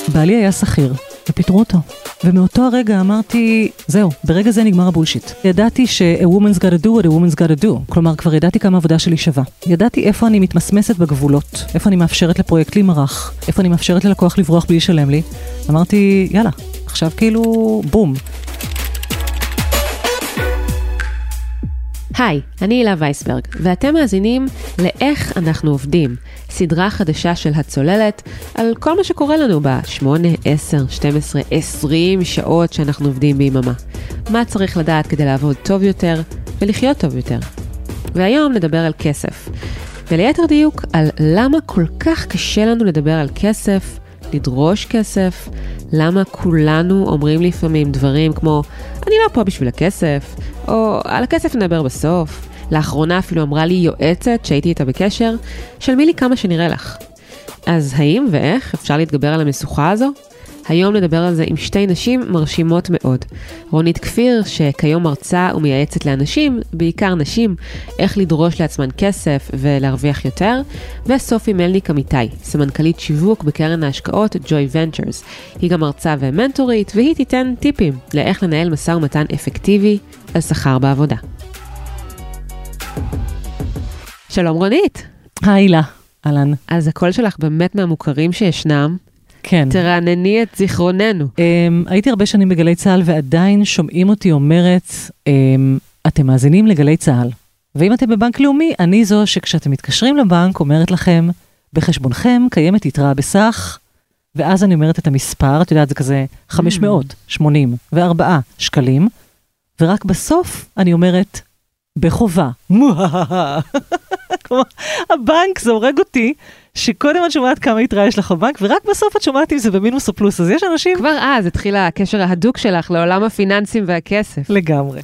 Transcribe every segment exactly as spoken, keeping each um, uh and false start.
בעלי היה שכיר, ופיטרו אותו. ומאותו הרגע אמרתי, זהו, ברגע זה נגמר הבולשיט. ידעתי ש- a woman's gotta do what a woman's gotta do. כלומר, כבר ידעתי כמה עבודה שלי שווה. ידעתי איפה אני מתמסמסת בגבולות, איפה אני מאפשרת לפרויקט להימרח, איפה אני מאפשרת ללקוח לברוח בלי לשלם לי. אמרתי, יאללה, עכשיו כאילו, בום. היי, אני הילה וייסברג, ואתם מאזינים לאיך אנחנו עובדים, סדרה חדשה של הצוללת, על כל מה שקורה לנו ב-שמונה, עשר, שתים עשרה, עשרים שעות שאנחנו עובדים ביממה. מה צריך לדעת כדי לעבוד טוב יותר ולחיות טוב יותר. והיום נדבר על כסף, וליתר דיוק על למה כל כך קשה לנו לדבר על כסף, לדרוש כסף, למה כולנו אומרים לפעמים דברים כמו אני לא פה בשביל הכסף, או על הכסף נדבר בסוף. לאחרונה אפילו אמרה לי יועצת שהייתי איתה בקשר, שלמי לי כמה שנראה לך. אז האם ואיך אפשר להתגבר על המשוכה הזו? היום נדבר על זה עם שתי נשים מרשימות מאוד. רונית כפיר, שכיום מרצה ומייעצת לאנשים, בעיקר נשים, איך לדרוש לעצמן כסף ולהרוויח יותר, וסופי מלניק אמיתי, סמנכ"לית שיווק בקרן ההשקעות ג'וי ונצ'רס. היא גם מרצה ומנטורית, והיא תיתן טיפים לאיך לנהל משא ומתן אפקטיבי על שכר בעבודה. שלום רונית. היי לה, אלן. אז הקול שלך באמת מהמוכרים שישנם. כן. תרענני את זיכרוננו. Um, הייתי הרבה שנים בגלי צהל, ועדיין שומעים אותי אומרת, um, אתם מאזינים לגלי צהל. ואם אתם בבנק לאומי, אני זו שכשאתם מתקשרים לבנק, אומרת לכם, בחשבונכם קיימת יתרה בסך, ואז אני אומרת את המספר, את יודעת, זה כזה חמש מאות שמונים וארבעה שקלים, ורק בסוף אני אומרת, בחובה. כלומר, הבנק זה הורג אותי, שקודם את שומעת כמה יתרה יש לך בבנק, ורק בסוף את שומעת אם זה במינוס או פלוס, אז יש אנשים... כבר אז התחיל הקשר ההדוק שלך לעולם הפיננסים והכסף. לגמרי.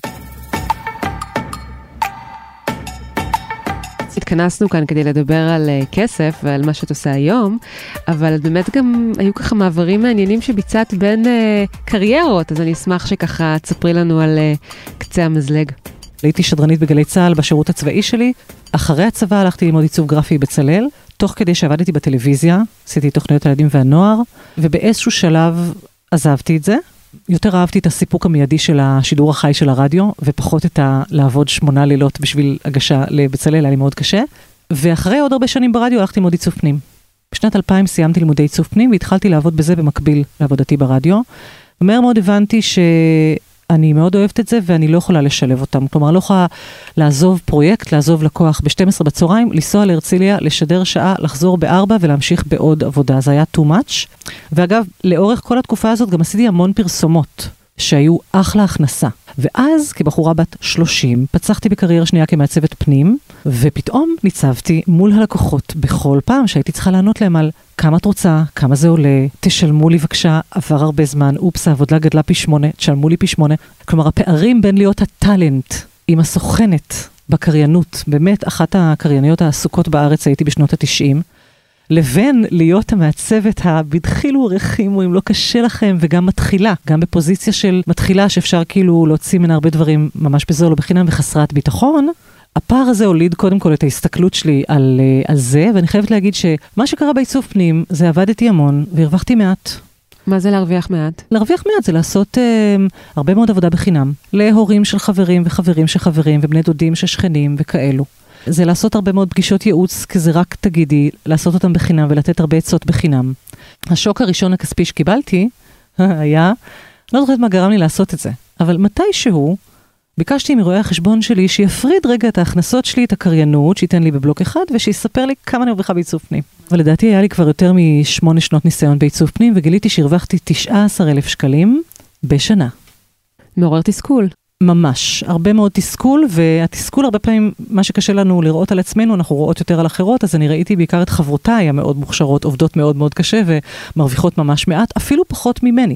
התכנסנו כאן כדי לדבר על כסף ועל מה שאת עושה היום, אבל באמת גם היו ככה מעברים מעניינים שביצעת בין uh, קריירות, אז אני אשמח שככה תספרי לנו על uh, קצה המזלג. הייתי שדרנית בגלי צהל בשירות הצבאי שלי, אחרי הצבא הלכתי ללמוד עיצוב גרפי בצלאל, תוך כדי שעבדתי בטלוויזיה, עשיתי תוכניות הילדים והנוער, ובאיזשהו שלב עזבתי את זה. יותר אהבתי את הסיפוק המיידי של השידור החי של הרדיו, ופחות את ה- לעבוד שמונה לילות בשביל הגשה לבצלאל, היה לי מאוד קשה. ואחרי עוד הרבה שנים ברדיו הלכתי ללמוד עיצוב פנים. בשנת אלפיים סיימתי לימודי עיצוב פנים, והתחלתי לעבוד בזה במקביל לעבודתי ברדיו. ומהר מאוד הבנתי ש... אני מאוד אוהבת את זה, ואני לא יכולה לשלב אותם. כלומר, לא יכולה לעזוב פרויקט, לעזוב לקוח ב-שתים עשרה בצהריים, לנסוע להרצליה, לשדר שעה, לחזור בארבע ולהמשיך בעוד עבודה. זה היה too much. ואגב, לאורך כל התקופה הזאת גם עשיתי המון פרסומות, שהיו אחלה הכנסה. ואז, כבחורה בת שלושים, פצחתי בקריירה שנייה כמעצבת פנים, ופתאום ניצבתי מול הלקוחות בכל פעם שהייתי צריכה לענות להם על כמה את רוצה, כמה זה עולה, תשלמו לי בבקשה, עבר הרבה זמן, אופס, העבודה גדלה פי שמונה, תשלמו לי פי שמונה. כלומר, הפערים בין להיות הטלנט עם הסוכנת בקריינות, באמת אחת הקרייניות העסוקות בארץ הייתי בשנות ה-תשעים, לבין להיות המעצבת הבדחילו רחימו, אם לא קשה לכם, וגם מתחילה, גם בפוזיציה של מתחילה, שאפשר כאילו להוציא מן הרבה דברים ממש בזול ובחינם וחסרת ביטחון. הפער הזה הוליד קודם כל את ההסתכלות שלי על, על זה, ואני חייבת להגיד שמה שקרה בעיצוב פנים, זה עבדתי המון והרווחתי מעט. מה זה להרוויח מעט? להרוויח מעט זה לעשות אה, הרבה מאוד עבודה בחינם, להורים של חברים וחברים של חברים, ובני דודים של שכנים וכאלו. זה לעשות הרבה מאוד פגישות ייעוץ, כי זה רק תגידי, לעשות אותם בחינם ולתת הרבה עצות בחינם. השוק הראשון הכספי שקיבלתי היה, לא זוכרת מה גרם לי לעשות את זה, אבל מתישהו ביקשתי מרואי החשבון שלי שיפריד רגע את ההכנסות שלי, את הקריינות, שייתן לי בבלוק אחד, ושיספר לי כמה אני מרוויחה בעיצוב פנים. ולדעתי היה לי כבר יותר משמונה שנות ניסיון בעיצוב פנים, וגיליתי שהרווחתי תשעה עשר אלף שקלים בשנה. מעורר תסכול. ממש, הרבה מאוד תסכול, והתסכול הרבה פעמים, מה שקשה לנו לראות על עצמנו, אנחנו רואות יותר על אחרות, אז אני ראיתי בעיקר את חברותיי המאוד מוכשרות, עובדות מאוד מאוד קשה, ומרוויחות ממש מעט, אפילו פחות ממני.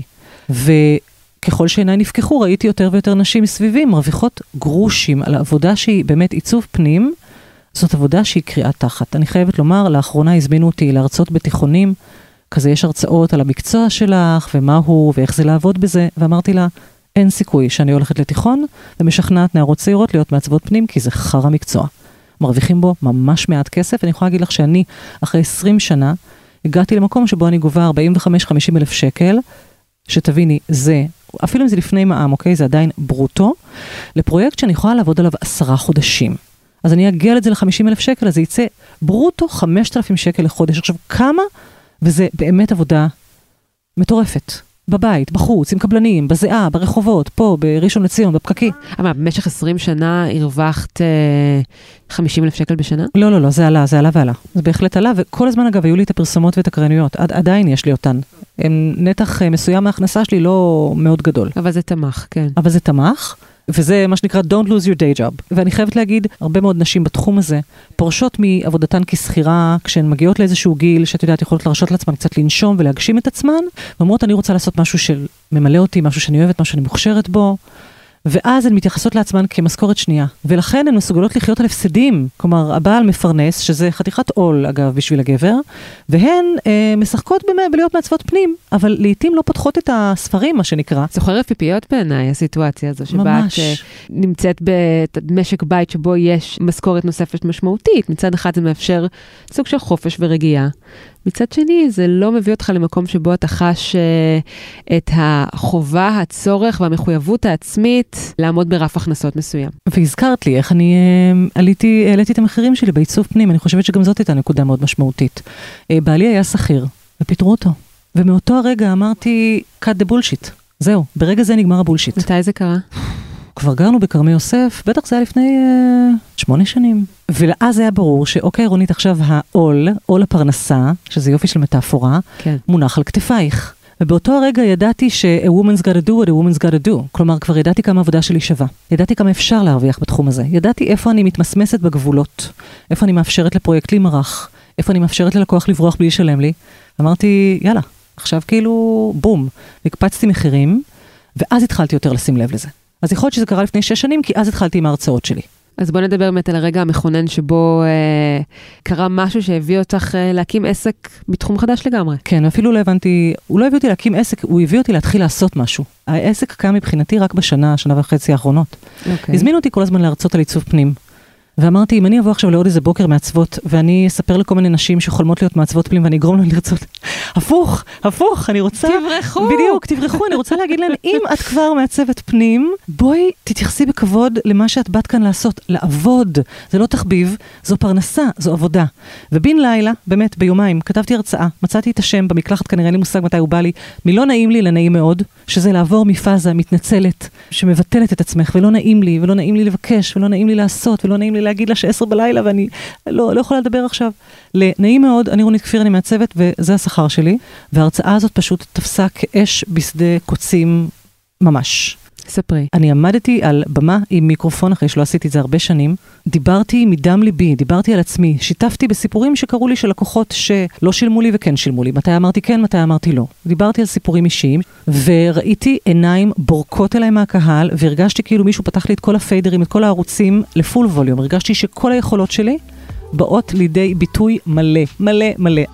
וככל שעיניי נפקחו, ראיתי יותר ויותר נשים מסביבי, מרוויחות גרושים על העבודה שהיא באמת עיצוב פנים, זאת עבודה שהיא קריאה תחת. אני חייבת לומר, לאחרונה הזמינו אותי להרצות בתיכונים, כזה יש הרצאות על המקצוע שלך, ומה הוא, ואיך זה לעבוד בזה, ואמרתי לה, אין סיכוי שאני הולכת לתיכון ומשכנעת נערות צעירות להיות מעצבות פנים, כי זה חר המקצוע. מרוויחים בו ממש מעט כסף, ואני יכולה להגיד לך שאני, אחרי עשרים שנה, הגעתי למקום שבו אני גובה ארבעים וחמש חמישים אלף שקל, שתביני, זה, אפילו אם זה לפני מע"מ, אוקיי, זה עדיין ברוטו, לפרויקט שאני יכולה לעבוד עליו עשרה חודשים. אז אני אגיע לזה ל-חמישים אלף שקל, אז זה יצא ברוטו חמשת אלפים שקל לחודש. עכשיו, כמה? וזה באמת עבודה מטורפת. בבית, בחוץ, עם קבלנים, בזיעה, ברחובות, פה, בראשון לציון, בפקקים. אבל במשך עשרים שנה הרווחת חמישים אלף שקל בשנה? לא, לא, לא, זה עלה, זה עלה ועלה. זה בהחלט עלה, וכל הזמן אגב, היו לי את הפרסומות ואת הקרניות. עד, עדיין יש לי אותן. הם נתח מסוים מההכנסה שלי לא מאוד גדול. אבל זה תמך, כן. אבל זה תמך. וזה מה שנקרא Don't lose your day job. ואני חייבת להגיד, הרבה מאוד נשים בתחום הזה פורשות מעבודתן כסחירה, כשהן מגיעות לאיזשהו גיל, שאת יודעת, יכולות לרשות לעצמן קצת לנשום ולהגשים את עצמן, ואומרות, אני רוצה לעשות משהו שממלא אותי, משהו שאני אוהבת, משהו שאני מוכשרת בו, ואז הן מתייחסות לעצמן כמשכורת שנייה. ולכן הן מסוגלות לחיות על הפסדים. כלומר, הבעל מפרנס, שזה חתיכת עול, אגב, בשביל הגבר, והן אה, משחקות בלהיות מעצבות פנים, אבל לעתים לא פותחות את הספרים, מה שנקרא. זוכר רפיפיות בעיניי, הסיטואציה הזו, שבה ממש. את נמצאת במשק בית שבו יש משכורת נוספת משמעותית. מצד אחד זה מאפשר סוג של חופש ורגיעה. מצד שני, זה לא מביא אותך למקום שבו אתה חש uh, את החובה, הצורך והמחויבות העצמית לעמוד ברף הכנסות מסוים. והזכרת לי איך אני uh, עליתי, העליתי את המחירים שלי בעיצוב פנים, אני חושבת שגם זאת הייתה נקודה מאוד משמעותית. Uh, בעלי היה שכיר, ופיטרו אותו. ומאותו הרגע אמרתי, cut the bullshit. זהו, ברגע זה נגמר הבולשיט. מתי זה קרה? כבר גרנו בכרמי יוסף, בטח זה היה לפני uh, שמונה שנים. ולאז היה ברור שאוקיי, רונית, עכשיו העול, עול הפרנסה, שזה יופי של מטאפורה, כן. מונח על כתפייך. ובאותו הרגע ידעתי ש- a woman's gotta do what a woman's gotta do. כלומר, כבר ידעתי כמה עבודה שלי שווה. ידעתי כמה אפשר להרוויח בתחום הזה. ידעתי איפה אני מתמסמסת בגבולות. איפה אני מאפשרת לפרויקט להימרח. איפה אני מאפשרת ללקוח לברוח בלי לשלם לי. אמרתי, יאללה, עכשיו כאילו, בום. הקפצתי מחירים, ואז התחלתי יותר לשים לב לזה. אז יכול להיות שזה קרה לפני שש שנים, כי אז התחלתי עם ההרצאות שלי. אז בוא נדבר באמת על הרגע המכונן שבו אה, קרה משהו שהביא אותך אה, להקים עסק בתחום חדש לגמרי. כן, אפילו לא הבנתי, הוא לא הביא אותי להקים עסק, הוא הביא אותי להתחיל לעשות משהו. העסק קם מבחינתי רק בשנה, שנה וחצי האחרונות. אוקיי. הזמינו אותי כל הזמן להרצות על עיצוב פנים. ואמרתי, אם אני אבוא עכשיו לעוד איזה בוקר מעצבות, ואני אספר לכל מיני נשים שחולמות להיות מעצבות פנים, ואני אגרום להן לרצות, הפוך, הפוך, אני רוצה... תברחו. בדיוק, תברחו, אני רוצה להגיד להן, אם את כבר מעצבת פנים, בואי תתייחסי בכבוד למה שאת באת כאן לעשות, לעבוד. זה לא תחביב, זו פרנסה, זו עבודה. ובין לילה, באמת, ביומיים, כתבתי הרצאה, מצאתי את השם במקלחת, כנראה לי מושג מתי הוא בא לי, מלא נעים לי לנעים מאוד, שזה לעבור מפאזה מתנצלת, שמבטלת את עצמך, ולא נעים לי, ולא נעים לי לבקש, ולא נעים לי לעשות, ולא נעים לי להגיד לה שעשר בלילה, ואני לא, לא יכולה לדבר עכשיו. לנעים מאוד, אני רונית כפיר, אני מעצבת, וזה השכר שלי, וההרצאה הזאת פשוט תפסה כאש בשדה קוצים ממש. ספרי. אני עמדתי על במה עם מיקרופון, אחרי שלא עשיתי את זה הרבה שנים, דיברתי מדם ליבי, דיברתי על עצמי, שיתפתי בסיפורים שקראו לי של לקוחות שלא שילמו לי וכן שילמו לי, מתי אמרתי כן, מתי אמרתי לא. דיברתי על סיפורים אישיים, וראיתי עיניים בורקות אליי מהקהל, והרגשתי כאילו מישהו פתח לי את כל הפיידרים, את כל הערוצים לפול ווליום, הרגשתי שכל היכולות שלי באות לידי ביטוי מלא, מלא, מלא.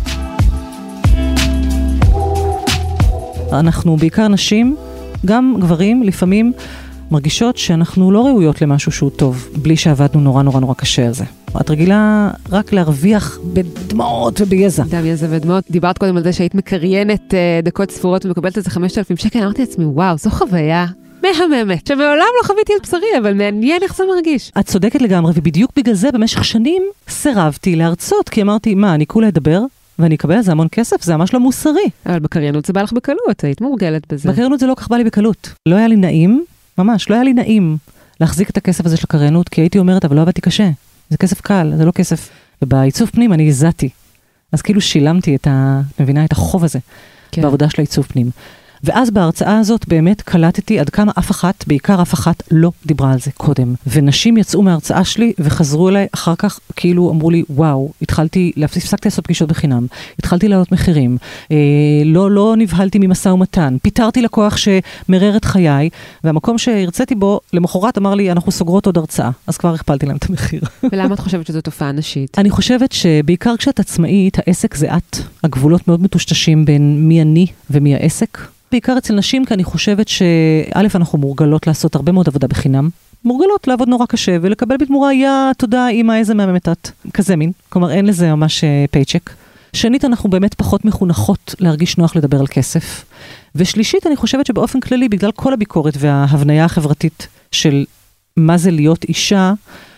אנחנו בעיקר נשים, גם גברים, לפעמים מרגישות שאנחנו לא ראויות למשהו שהוא טוב, בלי שעבדנו נורא נורא נורא קשה על זה. את רגילה רק להרוויח בדמעות וביזע. דם, יזע ודמעות. דיברת קודם על זה שהיית מקריינת uh, דקות ספורות ומקבלת איזה חמשת אלפים שקל, אמרתי לעצמי, וואו, זו חוויה מהממת, שמעולם לא חוויתי על בשרי, אבל מעניין איך זה מרגיש. את צודקת לגמרי, ובדיוק בגלל זה במשך שנים סירבתי להרצות, כי אמרתי, מה, אני כולה אדבר? ואני אקבל על זה המון כסף, זה ממש לא מוסרי. אבל בקריינות זה בא לך בקלות, היית מורגלת בזה. בקריינות זה לא כך בא לי בקלות. לא היה לי נעים, ממש, לא היה לי נעים להחזיק את הכסף הזה של הקריינות, כי הייתי אומרת, אבל לא עבדתי קשה. זה כסף קל, זה לא כסף. ובעיצוב פנים אני הזעתי. אז כאילו שילמתי את ה... מבינה, את החוב הזה, כן. בעבודה של העיצוב פנים. ואז בהרצאה הזאת באמת קלטתי עד כמה אף אחת, בעיקר אף אחת, לא דיברה על זה קודם. ונשים יצאו מההרצאה שלי וחזרו אליי אחר כך, כאילו אמרו לי, וואו, התחלתי, הפסקתי לעשות פגישות בחינם, התחלתי לעלות מחירים, אה, לא, לא נבהלתי ממשא ומתן, פיתרתי לקוח שמרר את חיי, והמקום שהרציתי בו, למחרת אמר לי, אנחנו סוגרות עוד הרצאה, אז כבר הכפלתי להם את המחיר. ולמה את חושבת שזו תופעה נשית? אני חושבת שבעיקר כשאת עצמאית, העסק זה את. הגבולות מאוד מטושטשים בין מי אני ומי העסק. בעיקר אצל נשים, כי אני חושבת שא' אנחנו מורגלות לעשות הרבה מאוד עבודה בחינם, מורגלות לעבוד נורא קשה, ולקבל בתמורה, יא, תודה, אמא, איזה מהממת את. כזה מין. כלומר, אין לזה ממש פייצ'ק. שנית, אנחנו באמת פחות מחונכות להרגיש נוח לדבר על כסף. ושלישית, אני חושבת שבאופן כללי, בגלל כל הביקורת וההבניה החברתית של מה זה להיות אישה,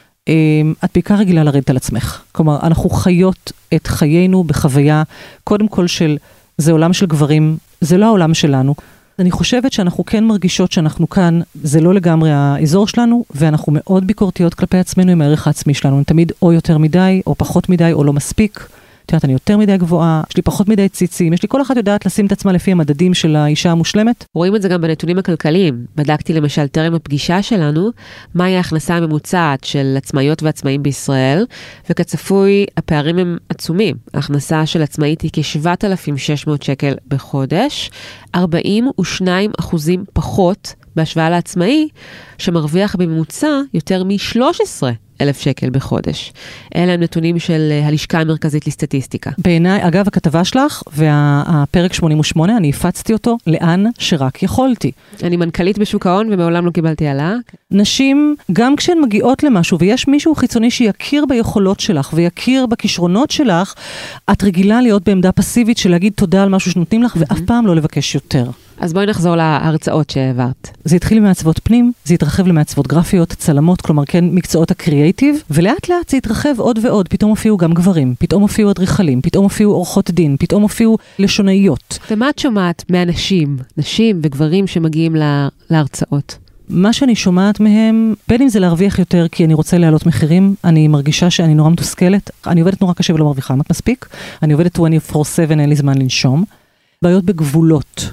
את בעיקר רגילה לרדת על עצמך. כלומר, אנחנו חיות את חיינו בחוויה, קודם כל של, זה עולם של גברים, זה לא העולם שלנו. אני חושבת שאנחנו כן מרגישות שאנחנו כאן, זה לא לגמרי האזור שלנו, ואנחנו מאוד ביקורתיות כלפי עצמנו עם הערך העצמי שלנו. תמיד או יותר מדי, או פחות מדי, או לא מספיק. את יודעת, אני יותר מדי גבוהה, יש לי פחות מדי ציצים, יש לי כל אחת יודעת לשים את עצמה לפי המדדים של האישה המושלמת. רואים את זה גם בנתונים הכלכליים. בדקתי למשל טרם הפגישה שלנו, מהי ההכנסה הממוצעת של עצמאיות ועצמאים בישראל, וכצפוי הפערים הם עצומים. ההכנסה של עצמאית היא כ-שבעת אלפים ושש מאות שקל בחודש, ארבעים ושניים אחוזים פחות בהשוואה לעצמאי, שמרוויח בממוצע יותר מ-שלושה עשר אלף שקל בחודש. אלה הם נתונים של הלשכה המרכזית לסטטיסטיקה. בעיניי, אגב, הכתבה שלך והפרק שמונים ושמונה, אני הפצתי אותו לאן שרק יכולתי. אני מנכ"לית בשוק ההון ומעולם לא קיבלתי עלה. נשים, גם כשהן מגיעות למשהו, ויש מישהו חיצוני שיכיר ביכולות שלך ויכיר בכישרונות שלך, את רגילה להיות בעמדה פסיבית של להגיד תודה על משהו שנותנים לך, ואף פעם לא לבקש יותר. אז בואי נחזור להרצאות שהעברת. זה התחיל ממעצבות פנים, זה התרחב למעצבות גרפיות, צלמות, כלומר כן מקצועות הקריאייטיב, ולאט לאט זה התרחב עוד ועוד, פתאום הופיעו גם גברים, פתאום הופיעו אדריכלים, פתאום הופיעו עורכות דין, פתאום הופיעו לשונאיות. ומה את שומעת מהנשים, נשים וגברים שמגיעים לה, להרצאות? מה שאני שומעת מהם, בין אם זה להרוויח יותר כי אני רוצה להעלות מחירים, אני מרגישה שאני נורא מתוסכלת, אני עובדת נורא קשה ולא מרוויחה, מה מספיק? אני עובדת עשרים וארבע שבע, אין לי זמן לנשום. בעיות בגבולות.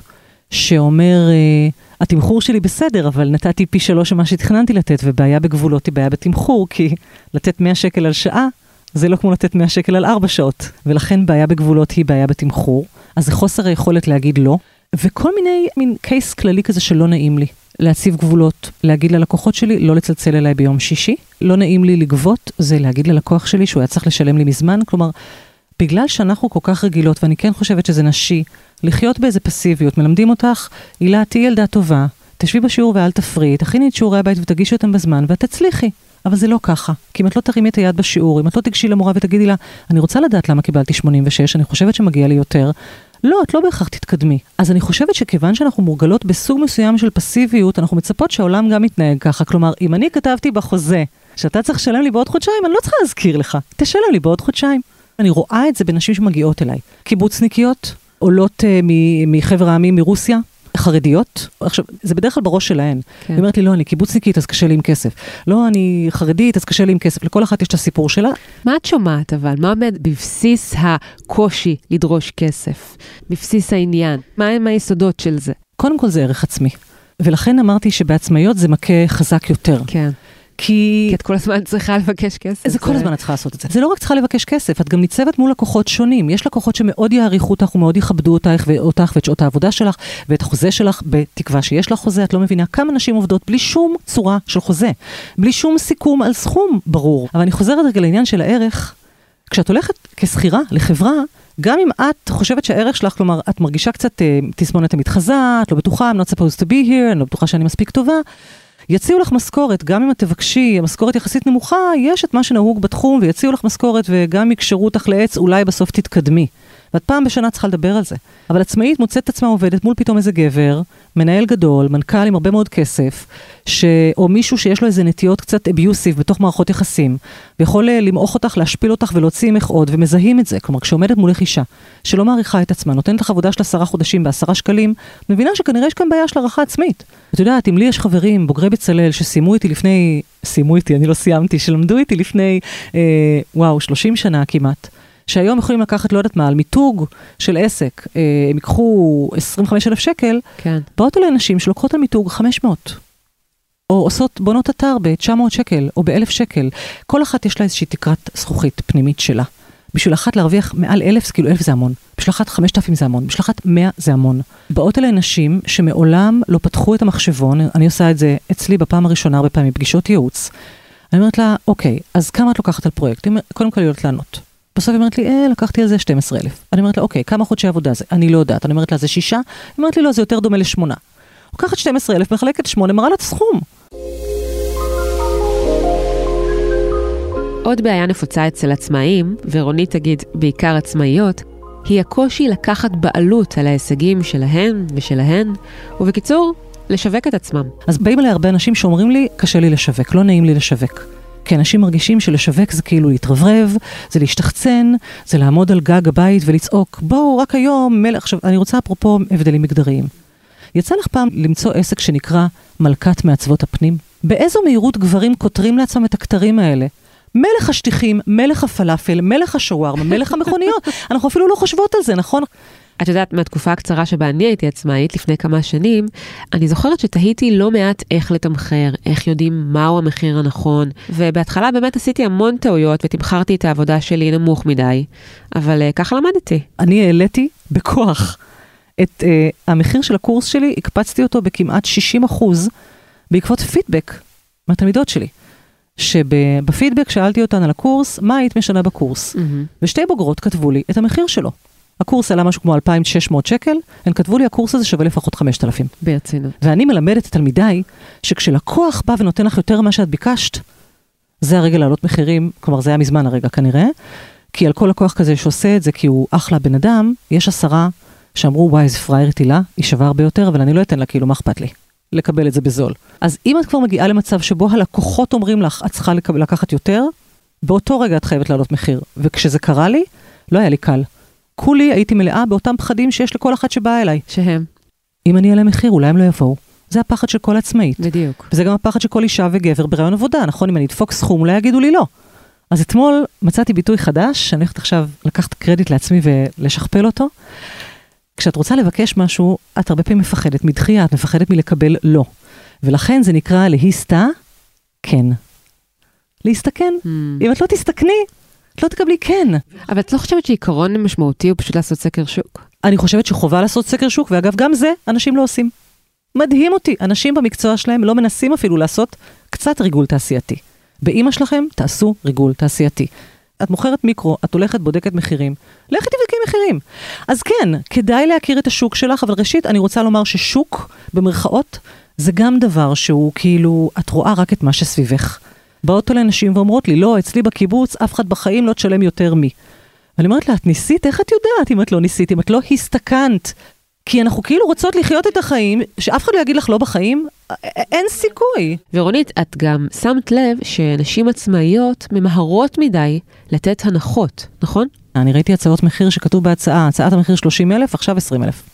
שאומר, התמחור שלי בסדר, אבל נתתי פי שלוש מה שתכננתי לתת, ובעיה בגבולות היא בעיה בתמחור, כי לתת מאה שקל על שעה, זה לא כמו לתת מאה שקל על ארבע שעות, ולכן בעיה בגבולות היא בעיה בתמחור, אז זה חוסר היכולת להגיד לא, וכל מיני, מין קייס כללי כזה שלא נעים לי, להציב גבולות, להגיד ללקוחות שלי, לא לצלצל אליי ביום שישי, לא נעים לי לגבות, זה להגיד ללקוח שלי שהוא היה צריך לשלם לי מזמן, כלומר, בגלל שאנחנו כל כך רגילות, ואני כן חושבת שזה נשי, לחיות באיזה פסיביות, מלמדים אותך, אילה, תהי ילדה טובה, תשבי בשיעור ואל תפריעי, תכיני את שיעורי הבית ותגישי אותם בזמן, ואת תצליחי. אבל זה לא ככה. כי אם את לא תרימי את היד בשיעור, אם את לא תגשי למורה ותגידי לה, אני רוצה לדעת למה קיבלתי שמונים ושש, אני חושבת שמגיע לי יותר. לא, את לא בהכרח תתקדמי. אז אני חושבת שכיוון שאנחנו מורגלות בסוג מסוים של פסיביות, אנחנו מצפות שהעולם גם מתנהג ככה. כלומר, אם אני כתבתי בחוזה, שאתה צריך לשלם לי בעוד חודשיים, אני לא צריכה להזכיר לך. תשלם לי בעוד חודשיים. אני רואה את זה בנשים שמגיעות אליי. קיבוצניקיות, עולות uh, מחבר העמים מרוסיה, חרדיות. עכשיו, זה בדרך כלל בראש שלהן. כן. היא אומרת לי, לא, אני קיבוצניקית, אז קשה לי עם כסף. לא, אני חרדית, אז קשה לי עם כסף. לכל אחת יש את הסיפור שלה. מה את שומעת אבל? מה עומד בבסיס הקושי לדרוש כסף? בבסיס העניין? מה הם היסודות של זה? קודם כל זה ערך עצמי. ולכן אמרתי שבעצמאיות זה מכה חזק יותר. כן. כי... כי את כל הזמן צריכה לבקש כסף. זה כל הזמן את צריכה לעשות את זה. זה לא רק צריכה לבקש כסף, את גם ניצבת מול לקוחות שונים. יש לקוחות שמאוד יעריכו אותך ומאוד יכבדו אותך ואותך ואת שעות העבודה שלך ואת החוזה שלך, בתקווה שיש לך חוזה. את לא מבינה כמה נשים עובדות בלי שום צורה של חוזה, בלי שום סיכום על סכום ברור. אבל אני חוזרת רגע לעניין של הערך. כשאת הולכת כסחירה לחברה, גם אם את חושבת שהערך שלך, כלומר, את מרגישה קצת תסמונת המתחזה, את לא בטוחה, I'm not supposed to be here, אני לא בטוחה שאני מספיק טובה. יציעו לך משכורת, גם אם את תבקשי, המשכורת יחסית נמוכה, יש את מה שנהוג בתחום, ויציעו לך משכורת, וגם יקשרו אותך לעץ, אולי בסוף תתקדמי. ואת פעם בשנה צריכה לדבר על זה. אבל עצמאית מוצאת את עצמה עובדת מול פתאום איזה גבר, מנהל גדול, מנכ"ל עם הרבה מאוד כסף, ש... או מישהו שיש לו איזה נטיות קצת אביוסיב בתוך מערכות יחסים, ויכול למעוך אותך, להשפיל אותך ולהוציא ממך עוד, ומזהים את זה. כלומר, כשעומדת מולך אישה, שלא מעריכה את עצמה, נותנת לך עבודה של עשרה חודשים בעשרה שקלים, מבינה שכנראה יש כאן בעיה של הערכה עצמית. את יודעת, אם לי יש חברים, בוגרי בצלאל, שסיימו איתי לפני, סיימו איתי, אני לא סיימתי, שלמדו איתי לפני, אה, וואו, שלושים שנה כמעט, שהיום יכולים לקחת, לא יודעת מה, על מיתוג של עסק, אה, הם ייקחו עשרים וחמישה אלף שקל, כן. באות אלה נשים שלוקחות על מיתוג חמש מאות, או עושות בונות אתר ב-תשע מאות שקל, או ב-אלף שקל. כל אחת יש לה איזושהי תקרת זכוכית פנימית שלה. בשביל אחת להרוויח מעל אלף, כאילו אלף זה המון. בשביל אחת חמשת אלפים זה המון. בשביל אחת מאה זה המון. באות אלה נשים שמעולם לא פתחו את המחשבון, אני עושה את זה אצלי בפעם הראשונה, הרבה פעמים, פגישות ייעוץ. אני אומרת לה, אוקיי, אז כמה את לוקחת על פרויקט? קודם כל היא יודעת לענות. בסוף היא אומרת לי, אה, לקחתי על זה שנים עשר אלף. אני אומרת לה, אוקיי, כמה חודשי עבודה זה? אני לא יודעת. אני אומרת לה, זה שישה? היא אומרת לי, לא, זה יותר דומה לשמונה. לוקחת שנים עשר אלף, מחלקת שמונה, מראה לה את הסכום. עוד בעיה נפוצה אצל עצמאים, ורונית תגיד בעיקר עצמאיות, היא הקושי לקחת בעלות על ההישגים שלהן ושלהן, ובקיצור, לשווק את עצמם. אז באים אליי הרבה אנשים שאומרים לי, קשה לי לשווק, לא נעים לי לשווק. כי אנשים מרגישים שלשווק זה כאילו להתרברב, זה להשתחצן, זה לעמוד על גג הבית ולצעוק, בואו רק היום, מלך. עכשיו, אני רוצה אפרופו הבדלים מגדריים. יצא לך פעם למצוא עסק שנקרא מלכת מעצבות הפנים? באיזו מהירות גברים כותרים לעצמם את הכתרים האלה? מלך השטיחים, מלך הפלאפל, מלך השווארמה, מלך המכוניות. אנחנו אפילו לא חושבות על זה, נכון? את יודעת, מהתקופה הקצרה שבה אני הייתי עצמאית לפני כמה שנים, אני זוכרת שתהיתי לא מעט איך לתמחר, איך יודעים מהו המחיר הנכון, ובהתחלה באמת עשיתי המון טעויות ותמחרתי את העבודה שלי נמוך מדי, אבל uh, ככה למדתי. אני העליתי בכוח את uh, המחיר של הקורס שלי, הקפצתי אותו בכמעט שישים אחוז בעקבות פידבק מהתלמידות שלי. שבפידבק שאלתי אותן על הקורס, מה היית משנה בקורס? Mm-hmm. ושתי בוגרות כתבו לי את המחיר שלו. הקורס עלה משהו כמו אלפיים ושש מאות שקל, הן כתבו לי, הקורס הזה שווה לפחות חמשת אלפים. ברצינות. ואני מלמדת את תלמידיי, שכשלקוח בא ונותן לך יותר ממה שאת ביקשת, זה הרגע לעלות מחירים, כלומר זה היה מזמן הרגע כנראה, כי על כל לקוח כזה שעושה את זה, כי הוא אחלה בן אדם, יש עשרה שאמרו, וואי, איזה פריירית הילה, היא שווה הרבה יותר, אבל אני לא אתן לה, כאילו, מה אכפת לי? לקבל את זה בזול. אז אם את כבר מגיעה למצב שבו הלקוחות אומרים לך, את צריכה לקחת יותר, באותו רגע את חייבת לעלות מחיר. וכשזה קרה לי, לא היה לי קל. כולי הייתי מלאה באותם פחדים שיש לכל אחת שבאה אליי. שהם? אם אני אעלה מחיר, אולי הם לא יבואו. זה הפחד של כל עצמאית. בדיוק. וזה גם הפחד של כל אישה וגבר ברעיון עבודה. נכון, אם אני אדפוק סכום, אולי יגידו לי לא. אז אתמול מצאתי ביטוי חדש, שאני הולכת עכשיו לקחת קרדיט לעצמי ולשכפל אותו. כשאת רוצה לבקש משהו, את הרבה פעמים מפחדת מדחייה, את מפחדת מלקבל לא. ולכן זה נקרא להסתה, כן. להסתכן. Mm. אם את לא תסתכני, את לא תקבלי כן. אבל את לא חושבת שעיקרון משמעותי הוא פשוט לעשות סקר שוק? אני חושבת שחובה לעשות סקר שוק, ואגב, גם זה אנשים לא עושים. מדהים אותי, אנשים במקצוע שלהם לא מנסים אפילו לעשות קצת ריגול תעשייתי. באמא שלכם, תעשו ריגול תעשייתי. את מוכרת מיקרו, את הולכת בודקת מחירים, לכי תבדקי מחירים. אז כן, כדאי להכיר את השוק שלך, אבל ראשית אני רוצה לומר ששוק, במרכאות, זה גם דבר שהוא כאילו, את רואה רק את מה שסביבך. באות אליי נשים ואומרות לי, לא, אצלי בקיבוץ, אף אחד בחיים לא תשלם יותר מי. ואני אומרת לה, את ניסית? איך את יודעת אם את לא ניסית, אם את לא הסתכנת? כי אנחנו כאילו רוצות לחיות את החיים, שאף אחד לא יגיד לך לא בחיים, אין סיכוי. ורונית, את גם שמת לב שנשים עצמאיות ממהרות מדי לתת הנחות, נכון? אני ראיתי הצעות מחיר שכתוב בהצעה, הצעת המחיר שלושים אלף, עכשיו עשרים אלף.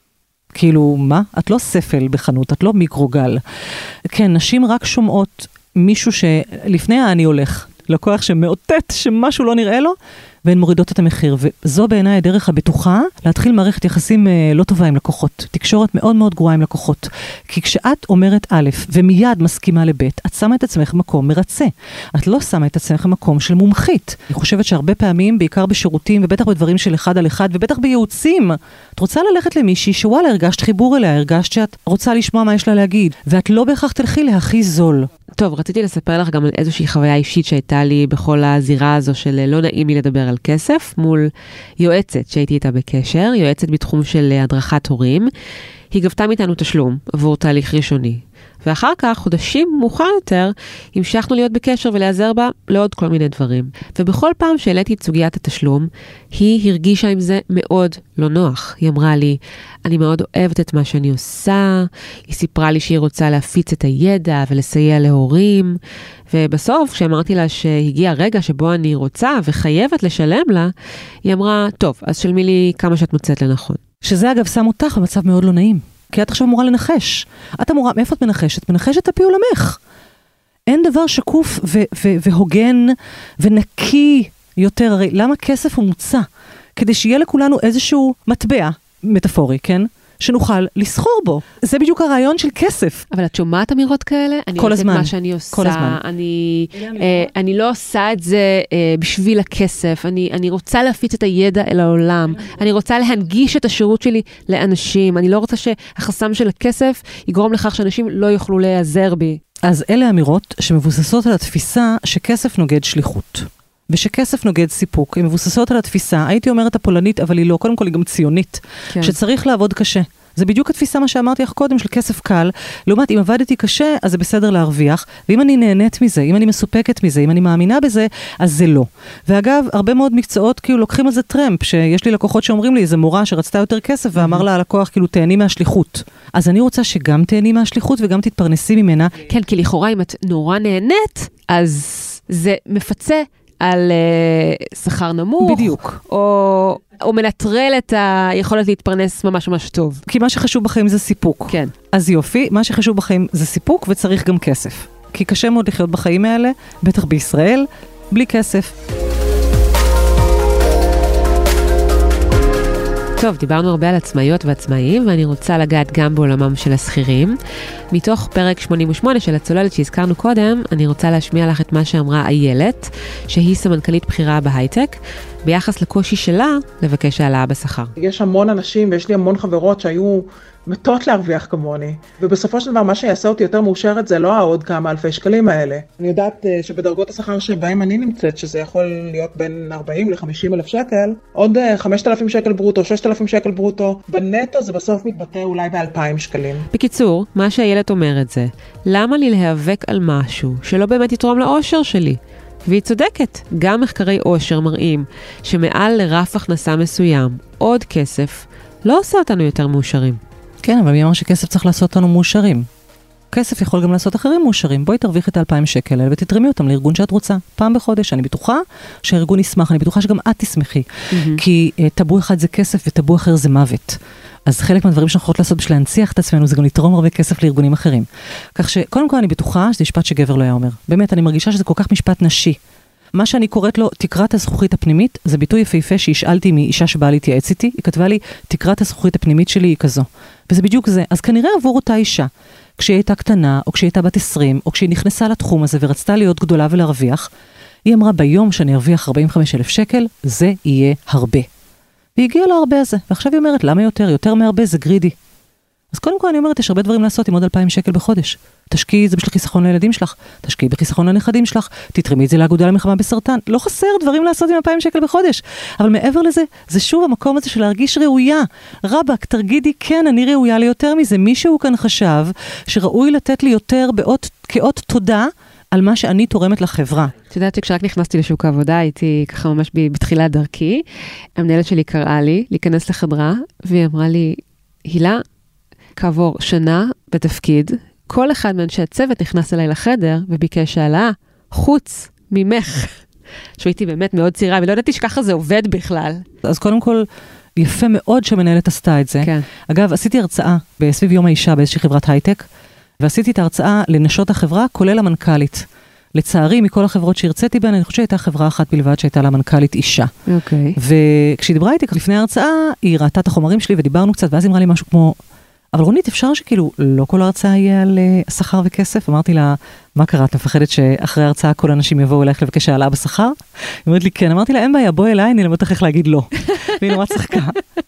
כאילו, מה? את לא ספל בחנות, את לא מיקרוגל. כן, נשים רק שומעות מישהו שלפני אני הולך, לקוח שמאותת שמשהו לא נראה לו, והן מורידות את המחיר, וזו בעיניי הדרך הבטוחה, להתחיל מערכת יחסים אה, לא טובה עם לקוחות, תקשורת מאוד מאוד גרועה עם לקוחות, כי כשאת אומרת א' ומיד מסכימה לב', את שמה את עצמך מקום מרצה, את לא שמה את עצמך מקום של מומחית. אני חושבת שהרבה פעמים, בעיקר בשירותים, ובטח בדברים של אחד על אחד, ובטח בייעוצים, את רוצה ללכת למישהי שוואלה, הרגשת חיבור אליה, הרגשת שאת רוצה לשמוע מה יש לה להגיד, ואת לא בהכרח תלכי להכי זול. טוב, רציתי לספר לך גם על איזושהי חוויה אישית שהייתה לי בכל הזירה הזו של לא נעים לי לדבר על כסף, מול יועצת שהייתי איתה בקשר, יועצת בתחום של הדרכת הורים. היא גבתה מאיתנו תשלום עבור תהליך ראשוני. ואחר כך, חודשים מאוחר יותר, המשכנו להיות בקשר ולעזר בה לעוד כל מיני דברים. ובכל פעם שהעליתי את סוגיית התשלום, היא הרגישה עם זה מאוד לא נוח. היא אמרה לי, אני מאוד אוהבת את מה שאני עושה, היא סיפרה לי שהיא רוצה להפיץ את הידע ולסייע להורים, ובסוף, כשאמרתי לה שהגיע הרגע שבו אני רוצה וחייבת לשלם לה, היא אמרה, טוב, אז שלמי לי כמה שאת מוצאת לנכון. שזה אגב שם אותך במצב מאוד לא נעים. כי את עכשיו אמורה לנחש. את אמורה, מאיפה את מנחשת? מנחשת הפי עולמך. אין דבר שקוף ו- ו- והוגן ונקי יותר. הרי למה כסף הוא מוצא? כדי שיהיה לכולנו איזשהו מטבע, מטאפורי, כן? שנוכל לסחור בו. זה בדיוק הרעיון של כסף. אבל את שומעת אמירות כאלה? כל הזמן. אני עושה את מה שאני עושה. כל הזמן. אני, אה, אני לא עושה את זה אה, בשביל הכסף. אני, אני רוצה להפיץ את הידע אל העולם. אני רוצה להנגיש את השירות שלי לאנשים. אני לא רוצה שהחסם של הכסף יגרום לכך שאנשים לא יוכלו להיעזר בי. אז אלה אמירות שמבוססות על התפיסה שכסף נוגד שליחות. ושכסף נוגד סיפוק, הן מבוססות על התפיסה, הייתי אומרת הפולנית, אבל היא לא, קודם כל היא גם ציונית, כן. שצריך לעבוד קשה. זה בדיוק התפיסה מה שאמרתי לך קודם של כסף קל, לעומת אם עבדתי קשה, אז זה בסדר להרוויח, ואם אני נהנית מזה, אם אני מסופקת מזה, אם אני מאמינה בזה, אז זה לא. ואגב, הרבה מאוד מקצועות כאילו לוקחים על זה טרמפ, שיש לי לקוחות שאומרים לי, איזה מורה שרצתה יותר כסף, ואמר לה הלקוח כאילו תהני מהשליחות. אז אני רוצה שגם תהני מהשליחות וגם תתפרנסי ממנה. כן, כי לכאורה אם את נורא נהנית, אז זה מפצה על uh, שכר נמוך. בדיוק. או, או מנטרל את היכולת להתפרנס ממש ממש טוב. כי מה שחשוב בחיים זה סיפוק. כן. אז יופי, מה שחשוב בחיים זה סיפוק וצריך גם כסף. כי קשה מאוד לחיות בחיים האלה, בטח בישראל, בלי כסף. טוב, דיברנו הרבה על עצמאיות ועצמאים, ואני רוצה לגעת גם בעולמם של השכירים. מתוך פרק שמונים ושמונה של הצוללת שהזכרנו קודם, אני רוצה להשמיע לך את מה שאמרה איילת, שהיא סמנכ"לית בחירה בהייטק, ביחס לקושי שלה לבקש העלאה בשכר. יש המון אנשים ויש לי המון חברות שהיו מתות להרוויח כמוני, ובסופו של דבר מה שיעשה אותי יותר מאושרת זה לא העוד כמה אלפי שקלים האלה. אני יודעת שבדרגות השכר שבהם אני נמצאת, שזה יכול להיות בין ארבעים ל-חמישים אלף שקל, עוד חמשת אלפים שקל ברוטו, ששת אלפים שקל ברוטו, בנטו זה בסוף מתבטא אולי ב-אלפיים שקלים. בקיצור, מה שהילד אומרת זה, למה לי להיאבק על משהו שלא באמת יתרום לאושר שלי? והיא צודקת, גם מחקרי אושר מראים שמעל לרף הכנסה מסוים, עוד כסף, לא עושה אותנו יותר מאושרים. כן, אבל מי אמר שכסף צריך לעשות אותנו מאושרים? כסף יכול גם לעשות אחרים מאושרים. בואי תרוויח את אלפיים שקל האלה ותתרמי אותם לארגון שאת רוצה. פעם בחודש, אני בטוחה שהארגון ישמח, אני בטוחה שגם את תשמחי. Mm-hmm. כי uh, טבו אחד זה כסף וטבו אחר זה מוות. אז חלק מהדברים שאנחנו יכולות לעשות בשביל להנציח את עצמנו, זה גם לתרום הרבה כסף לארגונים אחרים. כך שקודם כל אני בטוחה שזה משפט שגבר לא היה אומר. באמת, אני מרגישה שזה כל כך משפט נשי. מה שאני קוראת לו, תקרת הזכוכית הפנימית, זה ביטוי יפהפה שהשאלתי מאישה שבאה להתייעץ איתי, היא כתבה לי, תקרת הזכוכית הפנימית שלי היא כזו. וזה בדיוק זה. אז כנראה עבור אותה אישה, כשהיא הייתה קטנה, או כשהיא הייתה בת עשרים, או כשהיא נכנסה לתחום הזה ורצתה להיות גדולה ולהרוויח, היא אמרה, ביום שאני ארוויח ארבעים וחמישה אלף שקל, זה יהיה הרבה. והיא הגיעה להרבה הזה. ועכשיו היא אומרת, למה יותר? יותר מהרבה זה גרידי. אז קודם כל אני אומרת, יש הרבה דברים לעשות עם עוד אלפיים שקל בחודש. תשקיעי את זה בשביל חיסכון לילדים שלך, תשקיעי בחיסכון לנכדים שלך, תתרמי את זה לאגודה למלחמה בסרטן. לא חסר דברים לעשות עם אלפיים שקל בחודש. אבל מעבר לזה, זה שוב המקום הזה של להרגיש ראויה. רבק, תרגידי, כן, אני ראויה ליותר מזה. מישהו כאן חשב שראוי לתת לי יותר באות, כאות תודה על מה שאני תורמת לחברה. את יודעת שכשרק נכנסתי לשוק העבודה, הייתי ככה ממש בתחילת דרכי. המנהלת שלי קראה לי להיכנס לחדרה, והיא אמרה לי, הילה, כעבור שנה בתפקיד, כל אחד מאנשי הצוות נכנס אליי לחדר וביקש העלאה, חוץ ממך. שהייתי באמת מאוד צעירה, ולא ידעתי שככה זה עובד בכלל. אז קודם כל, יפה מאוד שהמנהלת עשתה את זה. כן. אגב, עשיתי הרצאה בסביב יום האישה באיזושהי חברת הייטק, ועשיתי את ההרצאה לנשות החברה, כולל המנכ"לית. לצערי, מכל החברות שהרציתי בהן, אני חושבת שהייתה חברה אחת בלבד שהייתה לה מנכ"לית אישה. אוקיי. וכשהיא דיברה איתי לפני ההרצאה, היא ראתה את החומרים שלי ודיברנו קצת, ואז היא אמרה לי משהו כמו, אבל רונית, אפשר שכאילו לא כל ההרצאה יהיה על uh, שכר וכסף? אמרתי לה, מה קרה? את מפחדת שאחרי ההרצאה כל האנשים יבואו אלייך לבקש העלאה בשכר? היא אומרת לי, כן. אמרתי לה, אין בעיה, בואי אליי, אני אלמד איך להגיד לא. והיא נורא צחקה.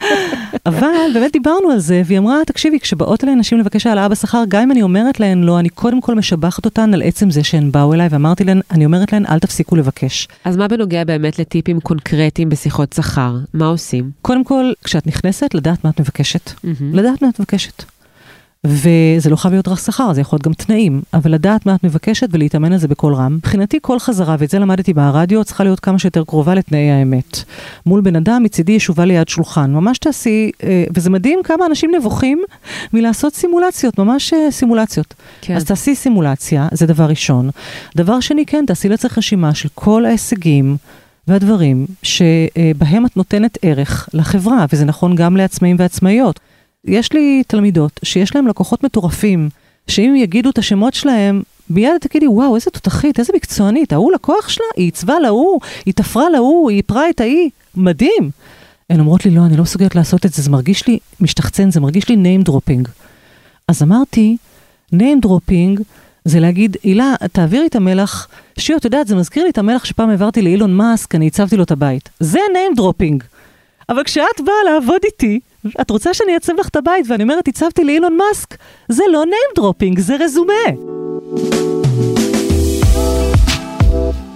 אבל באמת דיברנו על זה, והיא אמרה, תקשיבי, כשבאות אליי נשים לבקש העלאה בשכר, גם אם אני אומרת להן לא, אני קודם כל משבחת אותן על עצם זה שהן באו אליי, ואמרתי להן, אני אומרת להן, אל תפסיקו לבקש. אז מה בנוגע באמת לטיפים קונקרטיים בשיחות שכר? מה עושים? קודם כל, כשאת נכנסת, לדעת מה את מבקשת. לדעת מה את מבקשת. וזה לא חייב להיות רק שכר, זה יכול להיות גם תנאים, אבל לדעת מה את מבקשת ולהתאמן על זה בכל רם. מבחינתי כל חזרה, ואת זה למדתי ברדיו, צריכה להיות כמה שיותר קרובה לתנאי האמת. מול בן אדם מצידי ישובה ליד שולחן, ממש תעשי, וזה מדהים כמה אנשים נבוכים מלעשות סימולציות, ממש סימולציות. כן. אז תעשי סימולציה, זה דבר ראשון. דבר שני, כן, תעשי לצריך רשימה של כל ההישגים והדברים שבהם את נותנת ערך לחברה, וזה נכון גם לעצמאים ועצמאיות. יש לי תלמידות שיש להם לקוחות מטורפים, שאם יגידו את השמות שלהם, מיד תגידי, וואו, איזה תותחית, איזה מקצוענית, ההוא לקוח שלה, היא עיצבה להוא, היא תפרה להוא, היא יפרה את ההיא, מדהים. הן אומרות לי, לא, אני לא מסוגלת לעשות את זה, זה מרגיש לי משתחצן, זה מרגיש לי name dropping. אז אמרתי, name dropping זה להגיד, אילה, תעבירי את המלח, שיו, אתה יודעת, זה מזכיר לי את המלח שפעם העברתי לאילון מאסק, אני הצבתי לו את הבית. זה name dropping. אבל כשאת באה לעבוד איתי, את רוצה שאני אעצב לך את הבית, ואני אומרת, הצבתי לאילון מאסק, זה לא name dropping, זה רזומה.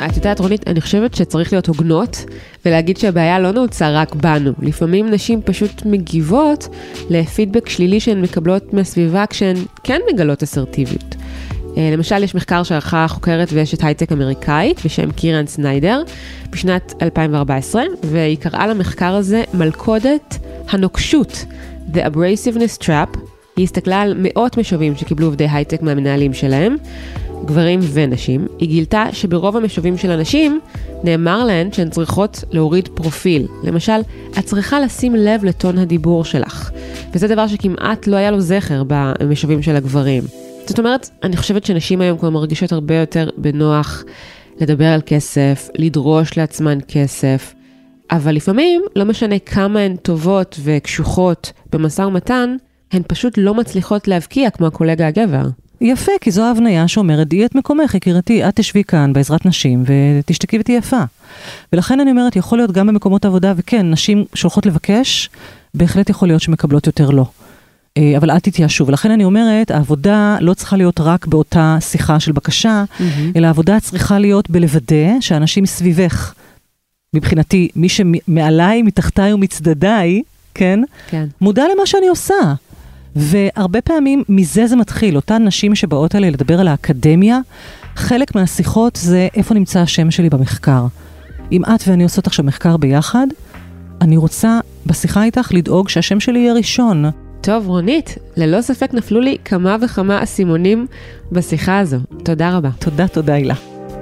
את יודעת, רונית, אני חושבת שצריך להיות הוגנות, ולהגיד שהבעיה לא נעוצה רק בנו. לפעמים נשים פשוט מגיבות לפידבק שלילי שהן מקבלות מהסביבה, כשהן כן מגלות אסרטיביות. למשל, יש מחקר שערכה חוקרת ואשת הייטק אמריקאית, בשם קירן סניידר, בשנת אלפיים וארבע עשרה, והיא קראה למחקר הזה מלכודת הנוקשות, The Abrasiveness Trap. היא הסתכלה על מאות משובים שקיבלו עובדי הייטק מהמנהלים שלהם, גברים ונשים. היא גילתה שברוב המשובים של הנשים נאמר להן שהן צריכות להוריד פרופיל. למשל, את צריכה לשים לב לטון הדיבור שלך. וזה דבר שכמעט לא היה לו זכר במשובים של הגברים. זאת אומרת, אני חושבת שנשים היום כבר מרגישות הרבה יותר בנוח לדבר על כסף, לדרוש לעצמן כסף, אבל לפעמים, לא משנה כמה הן טובות וקשוחות במשא ומתן, הן פשוט לא מצליחות להבקיע כמו הקולגה הגבר. יפה, כי זו ההבניה שאומרת, די את מקומך, יקירתי, את תשבי כאן בעזרת נשים ותשתקי ותהיה יפה. ולכן אני אומרת, יכול להיות גם במקומות עבודה, וכן, נשים שהולכות לבקש, בהחלט יכול להיות שמקבלות יותר לא. אבל אל תתייאשו. ולכן אני אומרת, העבודה לא צריכה להיות רק באותה שיחה של בקשה, mm-hmm. אלא העבודה צריכה להיות בלוודא שאנשים סביבך, מבחינתי, מי שמעליי, מתחתיי ומצדדיי, כן? כן. מודע למה שאני עושה. והרבה פעמים מזה זה מתחיל. אותן נשים שבאות עליי לדבר על האקדמיה, חלק מהשיחות זה איפה נמצא השם שלי במחקר. אם את ואני עושות עכשיו מחקר ביחד, אני רוצה בשיחה איתך לדאוג שהשם שלי יהיה ראשון. טוב, רונית, ללא ספק נפלו לי כמה וכמה אסימונים בשיחה הזו. תודה רבה. תודה, תודה, אילה.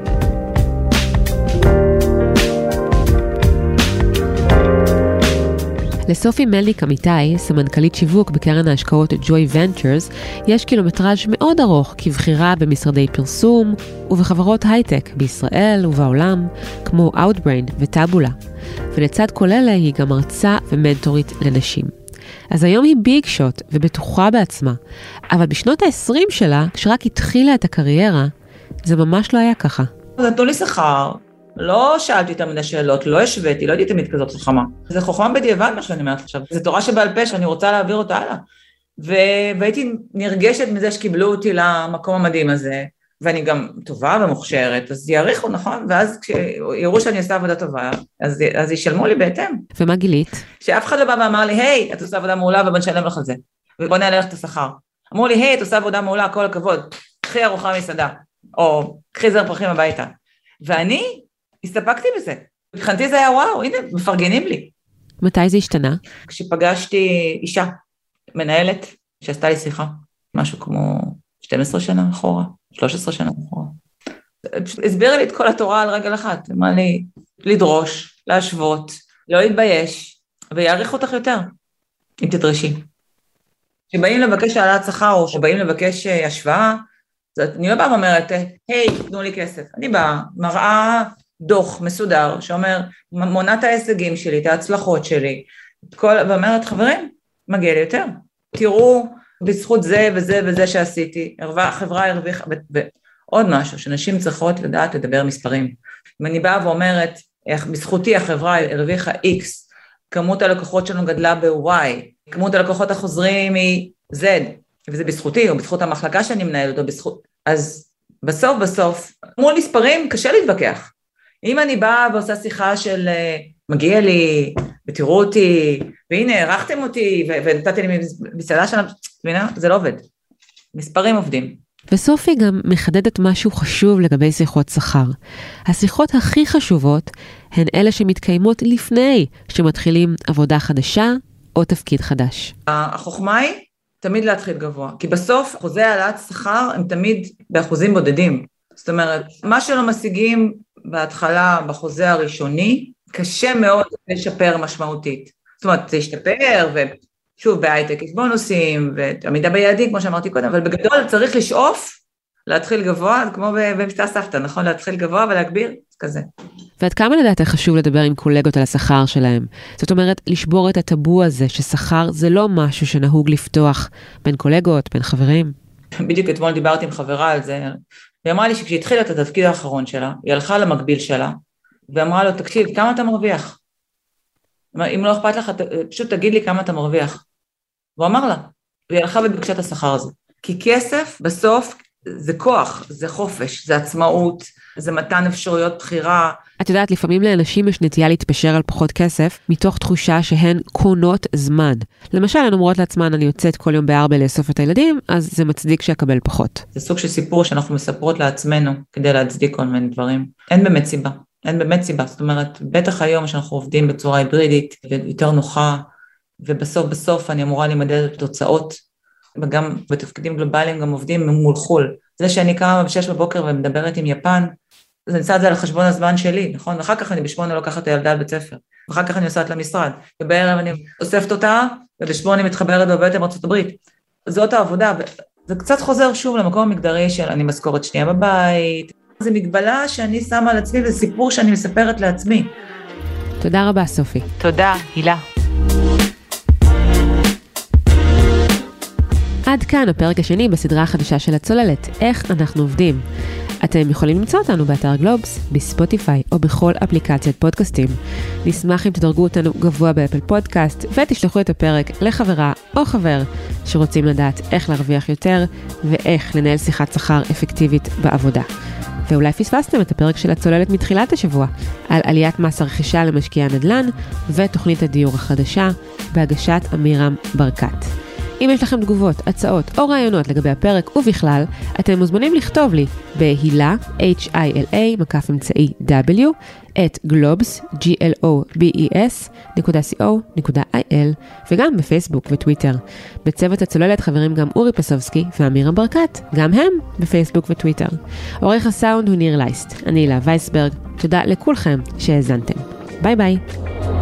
לסופי מלניק אמיתי, סמנכ"לית שיווק בקרן ההשקעות ג'וי ונצ'רס, יש קילומטראז' מאוד ארוך כבחירה במשרדי פרסום ובחברות הייטק בישראל ובעולם, כמו Outbrain וטאבולה. ולצד כל אלה היא גם מרצה ומנטורית לנשים. אז היום היא ביג שוט ובטוחה בעצמה, אבל בשנות ה-עשרים שלה, כשרק התחילה את הקריירה, זה ממש לא היה ככה. נתנו לי שכר, לא שאלתי אותם מיני שאלות, לא השוויתי, לא הייתי תמיד כזאת חכמה. זה חוכמה בדיעבד מה שאני אומרת עכשיו, זה תורה שבעל פה שאני רוצה להעביר אותה הלאה. ו- והייתי נרגשת מזה שקיבלו אותי למקום המדהים הזה, ואני גם טובה ומוכשרת, אז יעריכו, נכון? ואז כשיראו שאני עושה עבודה טובה, אז, אז ישלמו לי בהתאם. ומה גילית? שאף אחד לא בא ואמר לי, היי, את עושה עבודה מעולה ובוא נשלם לך על זה, ובוא נעלה לך את השכר. אמרו לי, היי, את עושה עבודה מעולה, כל הכבוד, קחי ארוחה מסעדה, או קחי זר פרחים הביתה. ואני הסתפקתי בזה. מבחינתי זה היה וואו, הנה, מפרגנים לי. מתי זה השתנה? כשפגשתי אישה, מנהלת, שעשתה לי שיחה, משהו כמו שתים עשרה שנה אחורה, שלוש עשרה שנה אחורה. הסבירה לי את כל התורה על רגל אחת, אמרה לי, לדרוש, להשוות, לא להתבייש, ויעריך אותך יותר, אם תדרשי. כשבאים לבקש העלאת שכר, או שבאים לבקש השוואה, אני לא באה ואומרת, היי, תנו לי כסף. אני באה, מראה דוח מסודר, שאומר, מונה את ההישגים שלי, את ההצלחות שלי, את כל, ואומרת, חברים, מגיע לי יותר. תראו, בזכות זה וזה וזה שעשיתי, החברה הרוויחה, ועוד משהו, שנשים צריכות לדעת לדבר מספרים. אם אני באה ואומרת, בזכותי החברה הרוויחה X, כמות הלקוחות שלנו גדלה ב-Y, כמות הלקוחות החוזרים היא Z, וזה בזכותי, או בזכות המחלקה שאני מנהלת, או בזכות, אז בסוף בסוף, מול מספרים קשה להתווכח. אם אני באה ועושה שיחה של מגיע לי, ותראו אותי, והנה, ערכתם אותי, ונתתי לי מסעדה שלנו, זה לא עובד. מספרים עובדים. וסופי גם מחדדת משהו חשוב לגבי שיחות שכר. השיחות הכי חשובות הן אלה שמתקיימות לפני שמתחילים עבודה חדשה או תפקיד חדש. החוכמה היא תמיד להתחיל גבוה, כי בסוף אחוזי העלאת שכר הם תמיד באחוזים בודדים. זאת אומרת, מה שלא משיגים בהתחלה בחוזה הראשוני, קשה מאוד לשפר משמעותית. זאת אומרת, זה ישתפר, ושוב, בהייטק יש בונוסים, ועמידה ביעדים, כמו שאמרתי קודם, אבל בגדול צריך לשאוף, להתחיל גבוה, כמו במבצע סבתא, נכון? להתחיל גבוה ולהגביר, כזה. ועד כמה לדעתך חשוב לדבר עם קולגות על השכר שלהם? זאת אומרת, לשבור את הטאבו הזה, ששכר זה לא משהו שנהוג לפתוח בין קולגות, בין חברים. בדיוק אתמול דיברתי עם חברה על זה, היא אמרה לי שכשהתחילה את התפקיד האחרון שלה, היא הלכה למקביל שלה, ואמרה לו, תקשיב, כמה אתה מרוויח? אם לא אכפת לך, פשוט תגיד לי כמה אתה מרוויח. והוא אמר לה, והיא הלכה וביקשה את השכר הזה. כי כסף בסוף זה כוח, זה חופש, זה עצמאות, זה מתן אפשרויות בחירה. את יודעת, לפעמים לאנשים יש נטייה להתפשר על פחות כסף, מתוך תחושה שהן קונות זמן. למשל, הן אומרות לעצמן, אני יוצאת כל יום בארבע לאסוף את הילדים, אז זה מצדיק שיקבל פחות. זה סוג של סיפור שאנחנו מספרות לעצמנו, כדי להצדיק כל מיני דברים. אין באמת סיבה, אין באמת סיבה. זאת אומרת, בטח היום שאנחנו עובדים בצורה היברידית, ויותר נוחה, ובסוף בסוף אני אמורה למדד את התוצאות, וגם בתפקידים גלובליים גם עובדים מול חול. זה שאני קמה בשש בבוקר ומדברת עם יפן, אז אני עושה את זה על חשבון הזמן שלי, נכון? ואחר כך אני בשמונה לוקחת את הילדה לבית ספר, ואחר כך אני עושה את למשרד, ובערב אני אוספת אותה, ובשמונה אני מתחברת בבית עם ארצות הברית. זאת העבודה, וזה קצת חוזר שוב למקום המגדרי של אני משכורת שנייה בבית, זו מגבלה שאני שמה על עצמי, וזה סיפור שאני מספרת לעצמי. תודה רבה, סופי. תודה, הילה. עד כאן הפרק השני בסדרה החדשה של הצוללת, איך אנחנו עובדים. אתם יכולים למצוא אותנו באתר גלובס, בספוטיפיי או בכל אפליקציית פודקאסטים. נשמח אם תדרגו אותנו גבוה באפל פודקאסט ותשלחו את הפרק לחברה או חבר שרוצים לדעת איך להרוויח יותר ואיך לנהל שיחת שכר אפקטיבית בעבודה. ואולי פספסתם את הפרק של הצוללת מתחילת השבוע על עליית מס הרכישה למשקיעי הנדל"ן ותוכנית הדיור החדשה בהגשת אמירם ברקת. אם יש לכם תגובות, הצעות או רעיונות לגבי הפרק ובכלל, אתם מוזמנים לכתוב לי בהילה, H-I-L-A, מקף אמצעי W, את globes, G-L-O-B-E-S, נקודה C-O, נקודה I-L, וגם בפייסבוק וטוויטר. בצוות הצוללת חברים גם אורי פסובסקי ואמירם ברקת, גם הם בפייסבוק וטוויטר. עורך הסאונד הוא ניר לייסט, אני הילה וייסברג, תודה לכולכם שהאזנתם. ביי ביי.